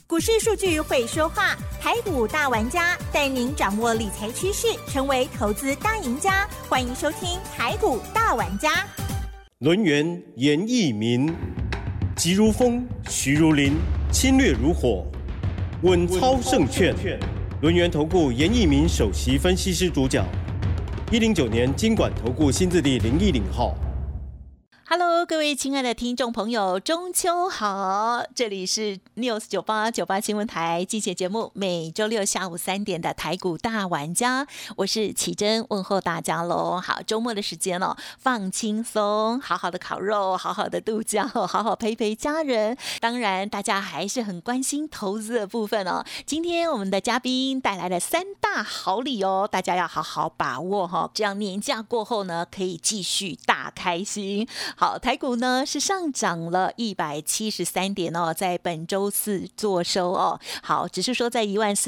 股市数据会说话，台股大玩家带您掌握理财趋势，成为投资大赢家。欢迎收听台股大玩家。 轮源严义民，急如风，徐如林，侵略如火，稳操胜券。轮源投顾严义民首席分析师主讲，109年金管投顾新字第010号。 Hello， 各位亲爱的听众朋友，中秋好！这里是 News98 新闻台季节节目，每周六下午3点的台股大玩家，我是启真，问候大家喽。好，周末的时间哦，放轻松，好好的烤肉，好好的度假，好好陪陪家人。当然，大家还是很关心投资的部分哦。今天我们的嘉宾带来了3大好礼哦，大家要好好把握哈，这样年假过后呢，可以继续大开心。好，台股呢是上涨了173点哦，在本周四做收哦。好，只是说在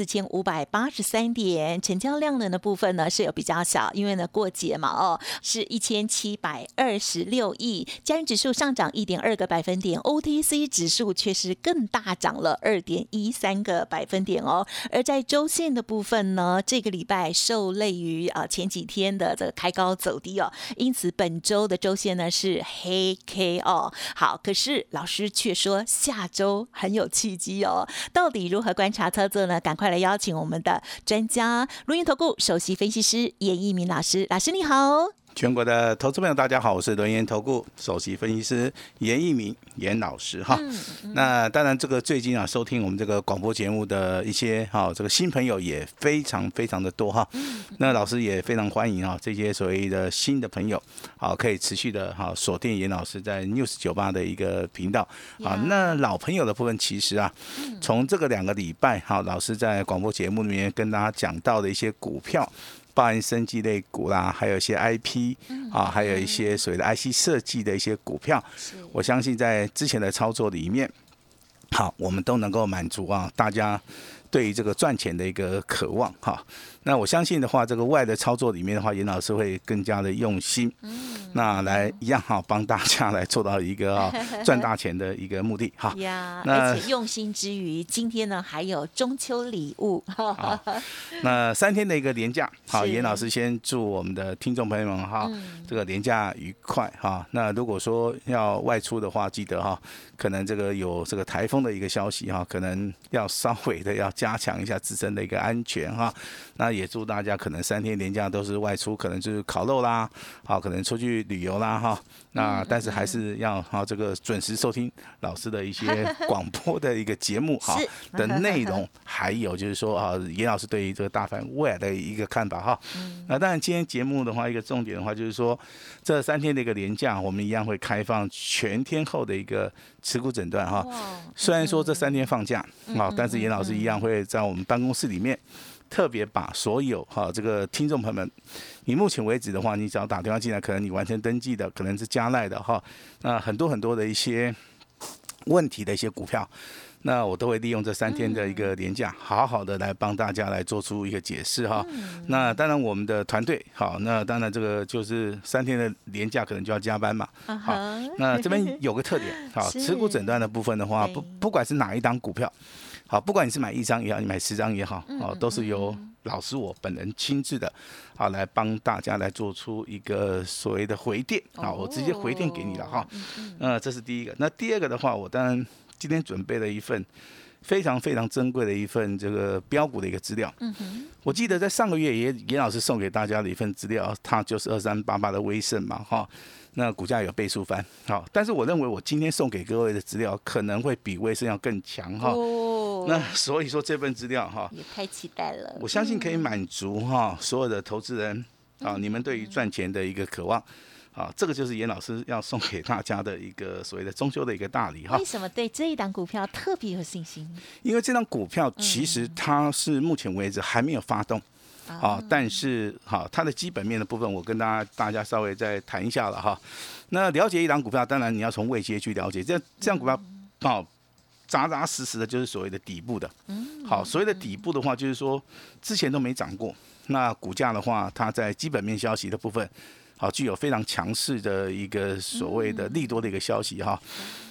14583点，成交量的部分呢是有比较小，因为呢过节嘛哦，是1726亿。加权指数上涨1.2个百分点 ，OTC 指数却是更大涨了2.13个百分点哦。而在周线的部分呢，这个礼拜受累于前几天的这个开高走低哦，因此本周的周线呢是黑 K 哦，好，可是老师却说下周很有契机哦，到底如何观察操作呢？赶快来邀请我们的专家，轮源投顾首席分析师严义民老师，老师你好。 全国的投资朋友，大家好，我是轮源投顾首席分析师严义民严老师哈。那当然，这个最近收听我们这个广播节目的一些这个新朋友也非常非常的多哈。那老师也非常欢迎这些所谓的新的朋友可以持续的锁定严老师在 News98 的一个频道那老朋友的部分，其实从这个2个礼拜老师在广播节目里面跟大家讲到的一些股票，包含生技类股啦，还有一些 IP 还有一些所谓的 IC 设计的一些股票，我相信在之前的操作里面，我们都能够满足大家对于这个赚钱的一个渴望那我相信的话，这个外的操作里面的话，严老师会更加的用心，那来一样帮大家来做到一个赚大钱的一个目的而且用心之余，今天呢还有中秋礼物那3天的一个连假，严老师先祝我们的听众朋友们这个连假愉快那如果说要外出的话，记得可能这个有这个台风的一个消息可能要稍微的要加强一下自身的一个安全那也祝大家可能3天连假都是外出，可能就是烤肉啦可能出去旅游啦那但是还是要这个准时收听老师的一些广播的一个节目的内容，还有就是说严老师对于这个大盘未来的一个看法那当然今天节目的话，一个重点的话就是说，这3天的一个连假，我们一样会开放全天候的一个持股诊断虽然说这3天放假但是严老师一样会在我们办公室里面特别把所有这个听众朋友们，你目前为止的话，你只要打电话进来，可能你完成登记的，可能是加赖的那很多很多的一些问题的一些股票，那我都会利用这3天的一个连假，好好的来帮大家来做出一个解释那当然我们的团队那当然这个就是3天的连假可能就要加班嘛那这边有个特点持股诊断的部分的话，不管是哪一档股票。不管你是买1张也好，你买10张也好，都是由老师我本人亲自的来帮大家来做出一个所谓的回电我直接回电给你了这是第一个。那第二个的话，我当然今天准备了一份非常非常珍贵的一份这个标股的一个资料我记得在上个月严老师送给大家的一份资料，它就是2388的威盛嘛那股价有倍数翻但是我认为我今天送给各位的资料可能会比威盛要更强那所以说这份资料也太期待了， 我相信可以满足所有的投资人你们对于赚钱的一个渴望这个就是严老师要送给大家的一个所谓的中秋的一个大礼为什么对这一档股票特别有信心？ 因为这档股票其实它是目前为止还没有发动但是它的基本面的部分，我跟大家稍微再谈一下了那了解一档股票，当然你要从位阶去了解，这样股票扎扎实实的就是所谓的底部的所谓的底部的话，就是说之前都没涨过，那股价的话，它在基本面消息的部分具有非常强势的一个所谓的利多的一个消息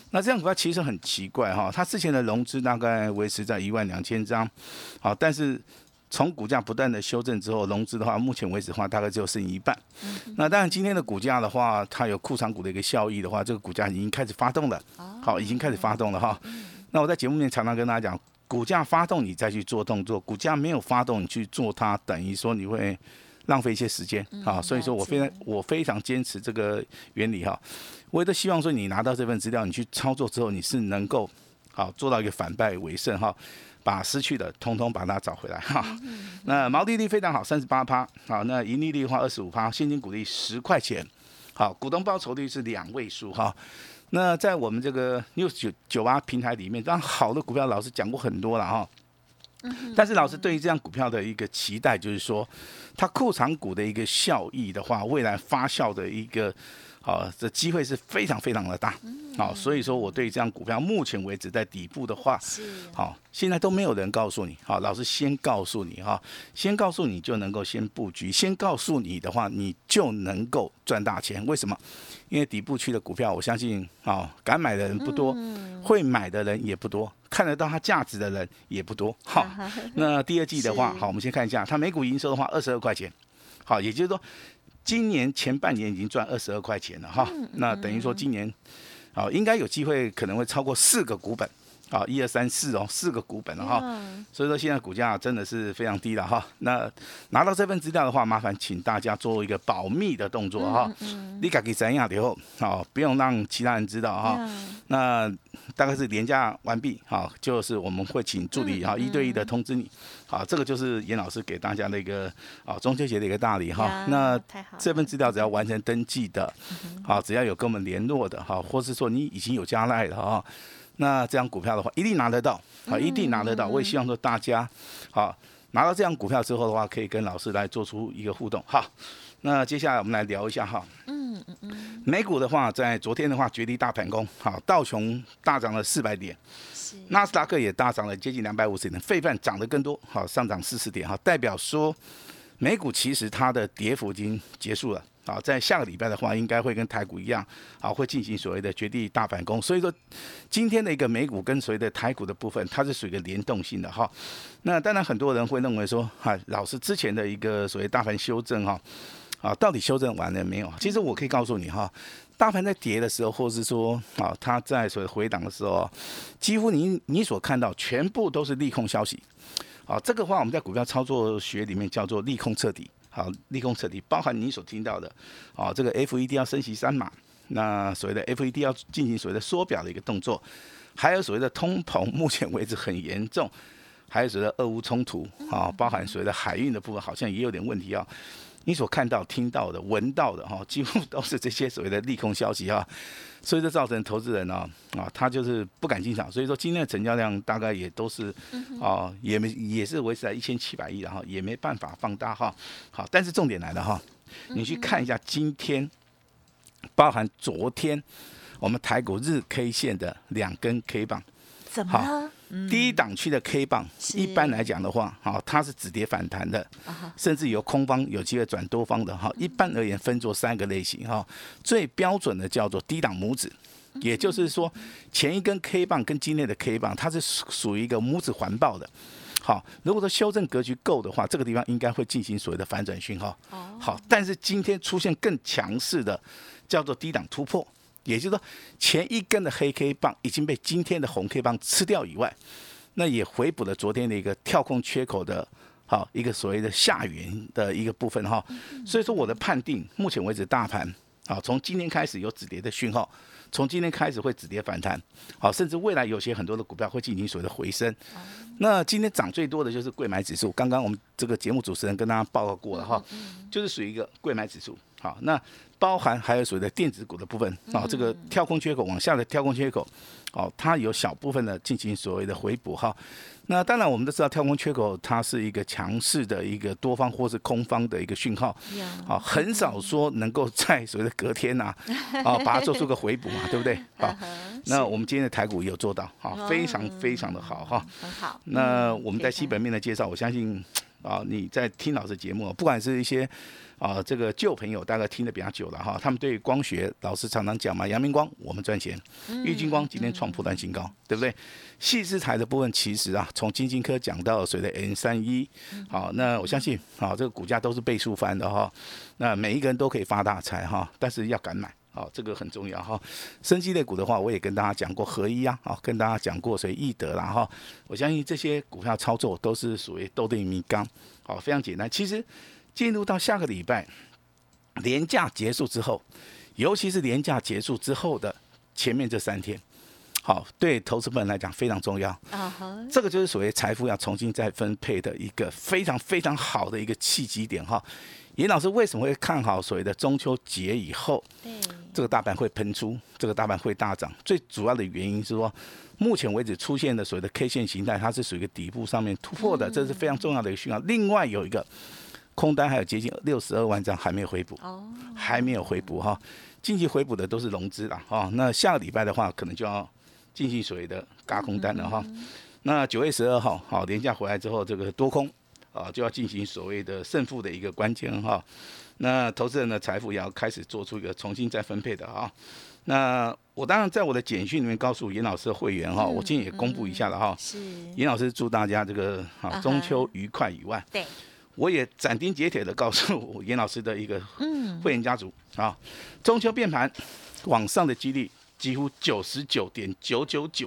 那这样股票其实很奇怪哈，它之前的融资大概维持在12000张，好，但是从股价不断的修正之后，融资的话，目前为止的话，大概只有剩一半。那当然，今天的股价的话，它有库藏股的一个效益的话，这个股价已经开始发动了，好，已经开始发动了哈。那我在节目里面常常跟大家讲，股价发动你再去做动作，股价没有发动你去做它，等于说你会浪费一些时间啊，所以说我非常坚持这个原理哈。我也都希望说你拿到这份资料，你去操作之后，你是能够好做到一个反败为胜哈，把失去的通通把它找回来哈。那毛利率非常好，38%，好，那盈利率的话25%，现金股利10块钱，好，股东报酬率是2位数哈。那在我们这个News98平台里面，当然好的股票老师讲过很多了哈。但是老师对于这样股票的一个期待，就是说，它库藏股的一个效益的话，未来发酵的一个这机会是非常非常的大，好，所以说我对这样股票目前为止在底部的话，好，现在都没有人告诉你，好，老师先告诉你哈，先告诉你就能够先布局，先告诉你的话，你就能够赚大钱。为什么？因为底部区的股票，我相信敢买的人不多，会买的人也不多，看得到它价值的人也不多。好，那第二季的话，好，我们先看一下它每股营收的话，22块钱，好，也就是说。今年前半年已经赚22块钱了哈，那等于说今年，应该有机会可能会超过4个股本，1、2、3、4，4个股本了哈，所以说现在股价真的是非常低了哈。那拿到这份资料的话，麻烦请大家做一个保密的动作哈，你自己知道就好，不用让其他人知道哈。那大概是连假完毕，好，就是我们会请助理1对1的通知你。好，这个就是严老师给大家的一个中秋节的一个大礼哈。那这份资料只要完成登记的，好，只要有跟我们联络的哈，或是说你已经有加赖了哈，那这样股票的话一定拿得到，好，一定拿得到。我也希望说大家好拿到这样股票之后的话，可以跟老师来做出一个互动。好，那接下来我们来聊一下哈。美股的话，在昨天的话绝地大反攻，好，道琼大涨了400点。纳斯达克也大涨了接近250点，费半涨得更多，好，上涨40点，好，代表说美股其实它的跌幅已经结束了，好，在下个礼拜的话，应该会跟台股一样，好，会进行所谓的绝地大反攻。所以说，今天的一个美股跟所谓的台股的部分，它是属于一个联动性的哈。那当然很多人会认为说，老师之前的一个所谓大盘修正哈，到底修正完了没有？其实我可以告诉你哈。大盘在跌的时候，或是说它在所谓回档的时候，几乎你所看到全部都是利空消息。好，这个话我们在股票操作学里面叫做利空彻底。好，利空彻底包含你所听到的，这个 FED 要升息3码，那所谓的 FED 要进行所谓的缩表的一个动作，还有所谓的通膨目前为止很严重，还有所谓的俄乌冲突，包含所谓的海运的部分好像也有点问题啊。你所看到、听到的、闻到的几乎都是这些所谓的利空消息所以这造成投资人他就是不敢进场。所以说今天的成交量大概也都是也是维持在1700亿了也没办法放大好，但是重点来了你去看一下今天，包含昨天我们台股日 K 线的2根 K 棒， 怎么了？ 低档区的 K 棒，一般来讲的话，它是止跌反弹的，甚至由空方有机会转多方的一般而言分作3个类型最标准的叫做低档拇指，也就是说前一根 K 棒跟今天的 K 棒，它是属于一个拇指环抱的。好，如果说修正格局够的话，这个地方应该会进行所谓的反转讯号。好，但是今天出现更强势的叫做低档突破。也就是说，前一根的黑 K 棒已经被今天的红 K 棒吃掉以外，那也回补了昨天的一个跳空缺口的一个所谓的下缘的一个部分所以说我的判定，目前为止大盘从今天开始有止跌的讯号，从今天开始会止跌反弹，甚至未来有些很多的股票会进行所谓的回升。那今天涨最多的就是柜买指数，刚刚我们这个节目主持人跟大家报告过了就是属于一个柜买指数。好，那包含还有所谓的电子股的部分这个跳空缺口往下的跳空缺口它有小部分的进行所谓的回补那当然我们都知道跳空缺口它是一个强势的一个多方或是空方的一个讯号很少说能够在所谓的隔天把它做出个回补嘛，对不对？那我们今天的台股也有做到非常非常的好很好。 那我们在基本面的介绍，我相信你在听老师节目，不管是一些这个旧朋友，大概听得比较久了哈，他们对光学老师常常讲嘛，阳明光我们赚钱，玉晶光今天创波段新高，对不对？矽智财的部分其实从晶晶科讲到谁的 N31，那我相信这个股价都是倍数翻的哈，那每一个人都可以发大财哈，但是要敢买。这个很重要哈。生技类股的话，我也跟大家讲过合一跟大家讲过谁易德啦哈。我相信这些股票操作都是属于斗定米缸，非常简单。其实进入到下个礼拜，连假结束之后，尤其是连假结束之后的前面这3天，对投资本来讲非常重要。这个就是所谓财富要重新再分配的一个非常非常好的一个契机点哈。严老师为什么会看好所谓的中秋节以后，这个大盘会喷出，这个大盘会大涨？最主要的原因是说，目前为止出现的所谓的 K 线形态，它是属于一个底部上面突破的，这是非常重要的一个讯号。另外有一个空单还有接近62万张还没有回补，还没有回补哈。近期回补的都是融资啦哈。那下个礼拜的话，可能就要进行所谓的軋空单了哈。那9月12号连假回来之后，这个多空就要进行所谓的胜负的一个关键哈。那投资人的财富也要开始做出一个重新再分配的啊。那我当然在我的简讯里面告诉严老师的会员哈，我今天也公布一下了哈。严老师祝大家这个中秋愉快以外，对，我也斩钉截铁的告诉严老师的一个会员家族中秋变盘往上的几率几乎99.999%。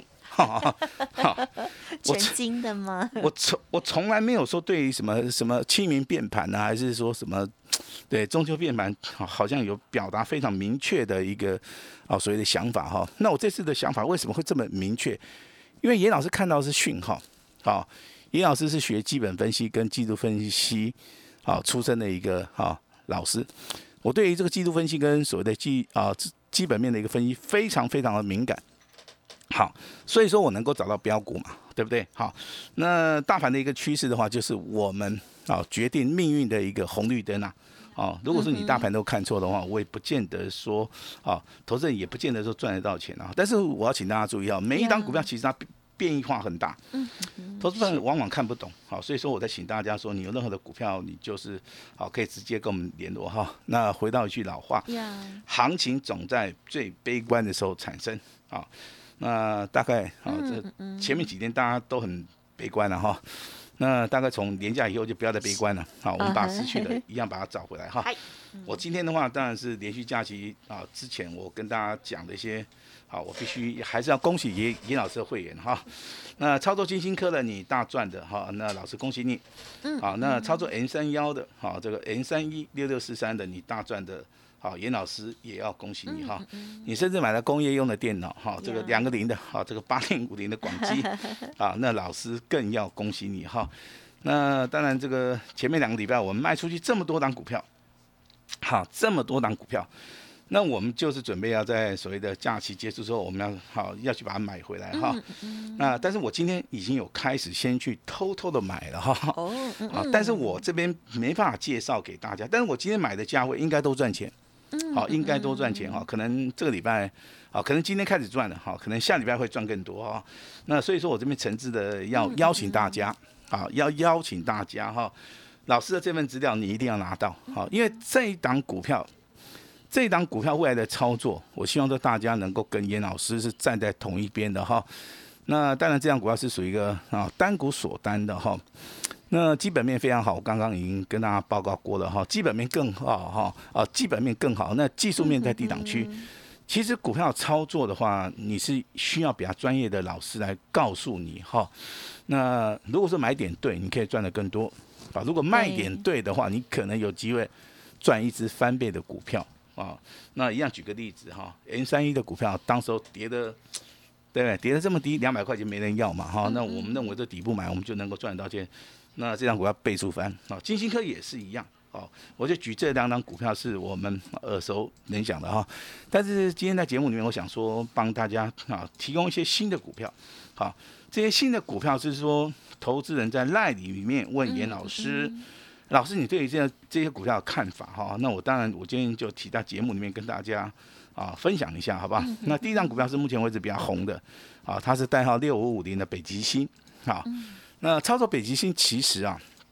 全金的吗？ 我从来没有说对于什么清明变盘啊，还是说什么对中秋变盘，好像有表达非常明确的一个所谓的想法哈。那我这次的想法为什么会这么明确？因为严老师看到的是讯号严老师是学基本分析跟技术分析出身的一个老师，我对于这个技术分析跟所谓的基本面的一个分析非常非常的敏感。所以说我能够找到标股嘛，对不对？那大盘的一个趋势的话，就是我们决定命运的一个红绿灯如果说你大盘都看错的话，我也不见得说投资人也不见得说赚得到钱但是我要请大家注意每一档股票其实它变异化很大，投资人往往看不懂所以说我在请大家说，你有任何的股票，你就是可以直接跟我们联络那回到一句老话，行情总在最悲观的时候产生那大概这前面几天大家都很悲观了哈，那大概从年假以后就不要再悲观了我们把失去的一样把它找回来哈。我今天的话当然是连续假期之前我跟大家讲的一些我必须还是要恭喜严老师的会员哈。那操作金星科的你大赚的那老师恭喜你。那操作 N31的这个 N316643的你大赚的。严老师也要恭喜你你甚至买了工业用的电脑这个2个0的这个8050的广基那老师更要恭喜你那当然这个前面2个礼拜我们卖出去这么多档股票这么多档股票，那我们就是准备要在所谓的假期结束之后，我们要去把它买回来那但是我今天已经有开始先去偷偷的买了但是我这边没办法介绍给大家，但是我今天买的价位应该都赚钱。应该多赚钱可能这个礼拜可能今天开始赚了可能下礼拜会赚更多那所以说我这边诚挚的要邀请大家要邀请大家老师的这份资料你一定要拿到因为这一档股票未来的操作，我希望说大家能够跟严老师是站在同一边的那当然这档股票是属于一个单股锁单的那基本面非常好，我刚刚已经跟大家报告过了基本面更好基本面更好，那技术面在低档区。其实股票操作的话，你是需要比较专业的老师来告诉你那如果说买点对，你可以赚得更多如果卖点对的话，你可能有机会赚一只翻倍的股票那一样举个例子N31的股票当时候跌的。对，跌得这么低，200块钱没人要嘛那我们认为这底部买，我们就能够赚得到钱。那这张股票倍数翻金星科也是一样我就举这2档股票是我们耳熟能详的但是今天在节目里面，我想说帮大家提供一些新的股票这些新的股票是说投资人在LINE里面问严老师，老师你对于这些股票的看法那我当然我今天就提到节目里面跟大家分享一下好不好？那第一张股票是目前为止比较红的它是代号6550的北极星那操作北极星其实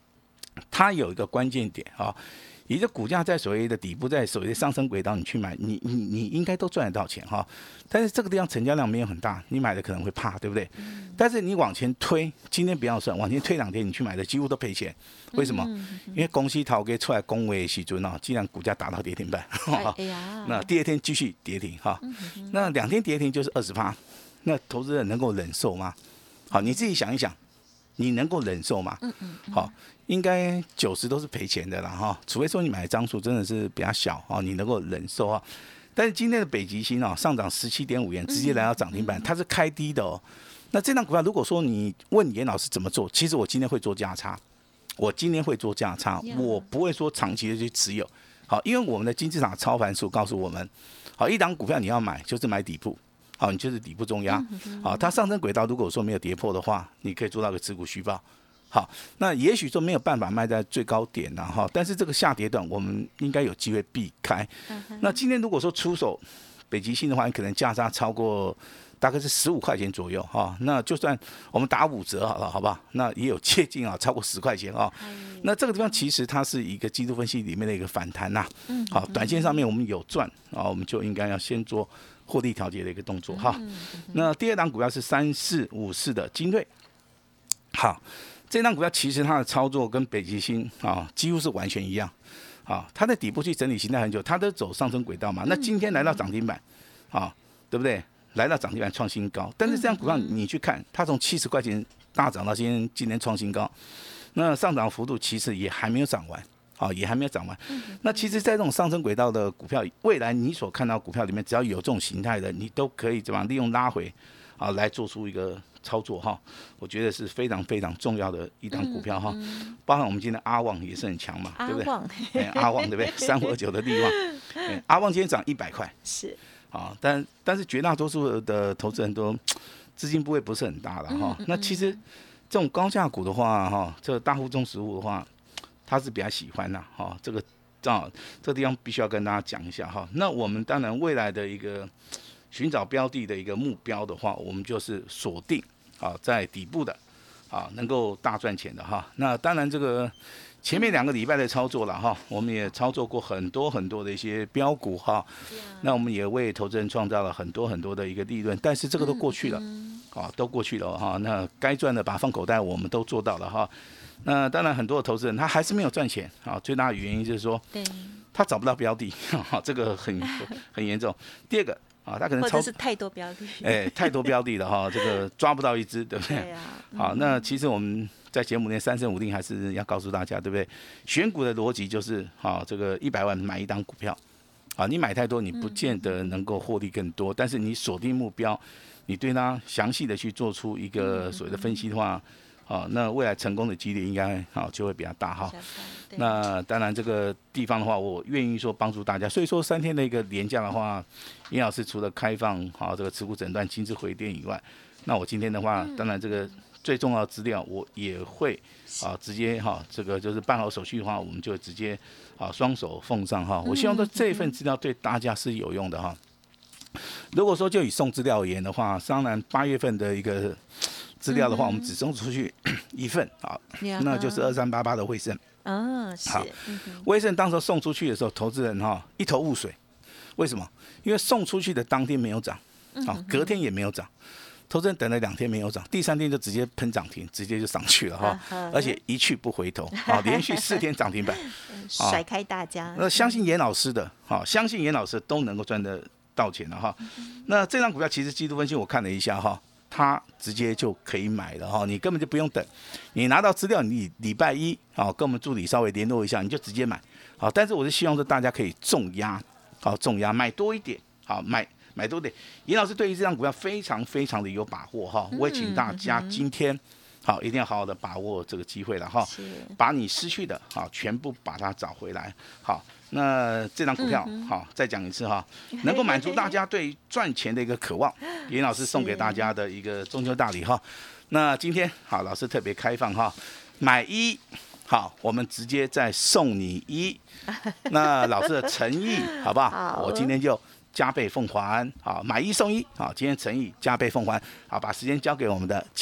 它有一个关键点啊。你的股价在所谓的底部，在所谓的上升轨道，你去买，你应该都赚得到钱哈。但是这个地方成交量没有很大，你买的可能会怕，对不对？但是你往前推，今天不要算，往前推2天，你去买的几乎都赔钱。为什么？因为公司头家出来恭维的时阵哦，既然股价达到跌停板，那第2天继续跌停哈，那2天跌停就是20%，那投资人能够忍受吗？好，你自己想一想。你能够忍受吗？好，应该90都是赔钱的啦哈，除非说你买的张数真的是比较小哦，你能够忍受啊。但是今天的北极星哦，上涨17.5元，直接来到涨停板，它是开低的哦。那这张股票如果说你问严老师怎么做，其实我今天会做价差，我不会说长期的去持有。好，因为我们的金字塔操盘术告诉我们，好，一档股票你要买就是买底部。好，你就是底部重压，好，它上升轨道如果说没有跌破的话，你可以做到个持股虚报。好，那也许说没有办法卖在最高点了哈，但是这个下跌段我们应该有机会避开。那今天如果说出手北极星的话，你可能价差超过大概是15块钱左右哈，那就算我们打5折好了，好不好？那也有接近啊，超过10块钱啊。那这个地方其实它是一个技术分析里面的一个反弹呐。好，短线上面我们有赚啊，我们就应该要先做获利调节的一个动作哈。那第2档股票是3454的精锐，好，这档股票其实它的操作跟北极星啊几乎是完全一样，啊，它的底部去整理形态很久，它都走上升轨道嘛。那今天来到涨停板，啊，对不对？来到涨停板创新高，但是这张股票你去看，它从70块钱大涨到今天创新高，那上涨幅度其实也还没有涨完。也还没有涨完。那其实，在这种上升轨道的股票，未来你所看到股票里面，只要有这种形态的，你都可以怎么样利用拉回来做出一个操作哈。我觉得是非常非常重要的一档股票哈。包含我们今天的阿旺也是很强嘛，对不对？阿旺对不对？3529的力旺，阿旺今天涨100块， 是啊，但是绝大多数的投资人都资金部位不是很大了哈。那其实这种高价股的话哈，这个大户中实户的话。他是比较喜欢呐，哈，这个地方必须要跟大家讲一下哈。那我们当然未来的一个寻找标的的一个目标的话，我们就是锁定在底部的能够大赚钱的哈。那当然这个前面2个礼拜的操作了哈，我们也操作过很多很多的一些标股哈。那我们也为投资人创造了很多很多的一个利润，但是这个都过去了，都过去了哈。那该赚的把它放口袋，我们都做到了哈。那当然，很多的投资人他还是没有赚钱啊，最大的原因就是说，他找不到标的，这个很严重。第2个他可能或者是太多标的， 太多标的了哈，这个抓不到一只，对不对？对啊。好，那其实我们在节目内3胜5定还是要告诉大家，对不对？选股的逻辑就是这个100万买一档股票，你买太多你不见得能够获利更多，但是你锁定目标，你对它详细的去做出一个所谓的分析的话。那未来成功的几率应该就会比较大哈。那当然这个地方的话，我愿意说帮助大家。所以说3天的一个连假的话，严老师除了开放这个持股诊断、亲自回电以外，那我今天的话，当然这个最重要的资料我也会直接这个就是办好手续的话，我们就直接双手奉上哈。我希望说这一份资料对大家是有用的哈。如果说就以送资料而言的话，当然8月份的一个资料的话，我们只送出去1份那就是2388的威盛。好，威盛当时送出去的时候，投资人一头雾水，为什么？因为送出去的当天没有涨，隔天也没有涨，投资人等了2天没有涨，第3天就直接喷涨停，直接就上去了哈，而且一去不回头，连续4天涨停板， 甩开大家。 那相信严老师的，相信严老师都能够赚得到钱了哈。那这张股票其实季度分析我看了一下哈。它直接就可以买了哈，你根本就不用等，你拿到资料，你礼拜1跟我们助理稍微联络一下，你就直接买好。但是我是希望说大家可以重压，重压买多一点，买多一点。严老师对于这张股票非常非常的有把握哈，我也请大家今天一定要好好的把握这个机会了哈，把你失去的全部把它找回来好。那这张股票再讲一次哈，能够满足大家对赚钱的一个渴望，严老师送给大家的一个中秋大礼哈。那今天老师特别开放哈，买1我们直接再送你1，那老师的诚意好不好？我今天就加倍奉还，买1送1，今天诚意加倍奉还，把时间交给我们的奇珍。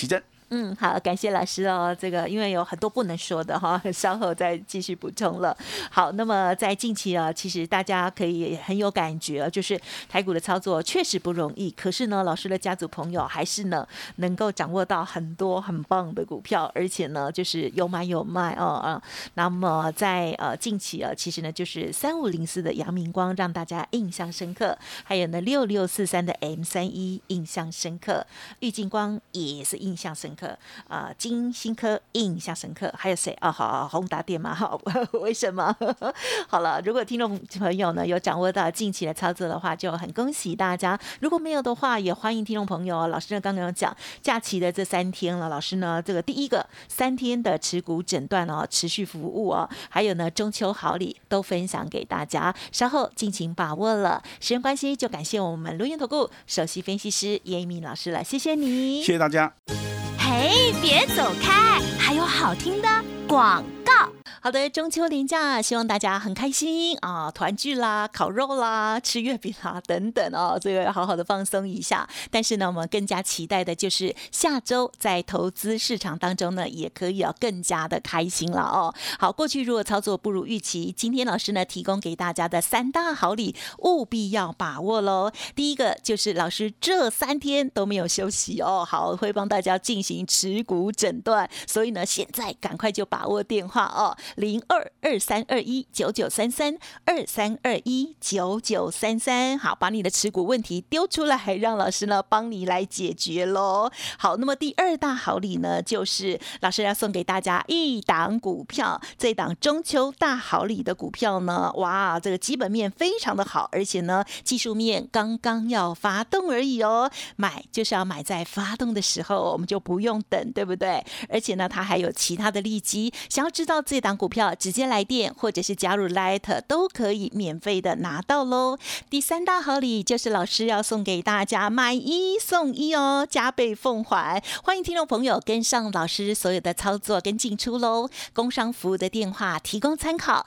好，感谢老师哦。这个因为有很多不能说的哈，稍后再继续补充了。好，那么在近期啊，其实大家可以很有感觉，就是台股的操作确实不容易。可是呢，老师的家族朋友还是呢能够掌握到很多很棒的股票，而且呢就是有买有卖哦。那么在近期啊，其实呢就是3504的阳明光让大家印象深刻，还有呢6643的 M31印象深刻，玉晶光也是印象深刻，金星科印象深刻，还有谁啊？好，宏达电嘛，好，为什么？好了，如果听众朋友呢有掌握到近期的操作的话，就很恭喜大家。如果没有的话，也欢迎听众朋友。老师呢刚刚有讲假期的这3天了，老师呢这个第一个3天的持股诊断哦，持续服务哦，还有呢中秋好礼都分享给大家，稍后尽情把握了。时间关系，就感谢我们轮源投顾首席分析师严一鸣老师了，谢谢你， 谢谢大家。 嘿，别走开，还有好听的广告。 好的，中秋连假，希望大家很开心啊，团聚啦，烤肉啦，吃月饼啦等等哦，这个好好的放松一下。但是呢，我们更加期待的就是下周在投资市场当中呢，也可以更加的开心了哦。好，过去如果操作不如预期，今天老师呢提供给大家的3大好礼，务必要把握喽。第一个就是老师这3天都没有休息哦，好，会帮大家进行持股诊断，所以呢，现在赶快就把握电话哦。022321993323219933，好，把你的持股问题丢出来，让老师呢帮你来解决咯。好，那么第2大好礼呢，就是老师要送给大家一档股票，这档中秋大好礼的股票呢，哇，这个基本面非常的好，而且呢技术面刚刚要发动而已哦，买就是要买在发动的时候，我们就不用等，对不对？而且呢它还有其他的利基，想要知道这档股票，直接来电或者是加入 Light 都可以免费的拿到咯。第3大好礼就是老师要送给大家买1送1哦，加倍奉还。欢迎听众朋友跟上老师所有的操作跟进出咯。工商服务的电话提供参考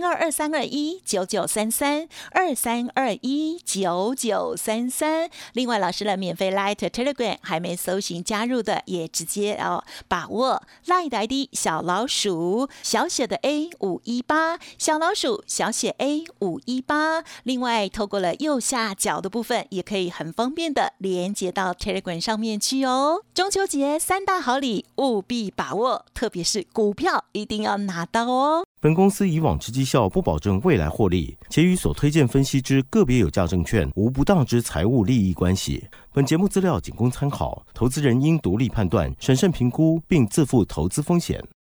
022321993323219933。另外老师的免费 Light Telegram 还没搜寻加入的，也直接要把握 Light 的 ID 小老鼠小写的 A518， 小老鼠小写 A518。另外透过了右下角的部分，也可以很方便的连接到 Telegram 上面去哦。中秋节3大好礼务必把握，特别是股票一定要拿到哦。 本公司以往之绩效不保证未来获利，且与所推荐分析之个别有价证券无不当之财务利益关系。本节目资料仅供参考，投资人应独立判断、审慎评估，并自负投资风险。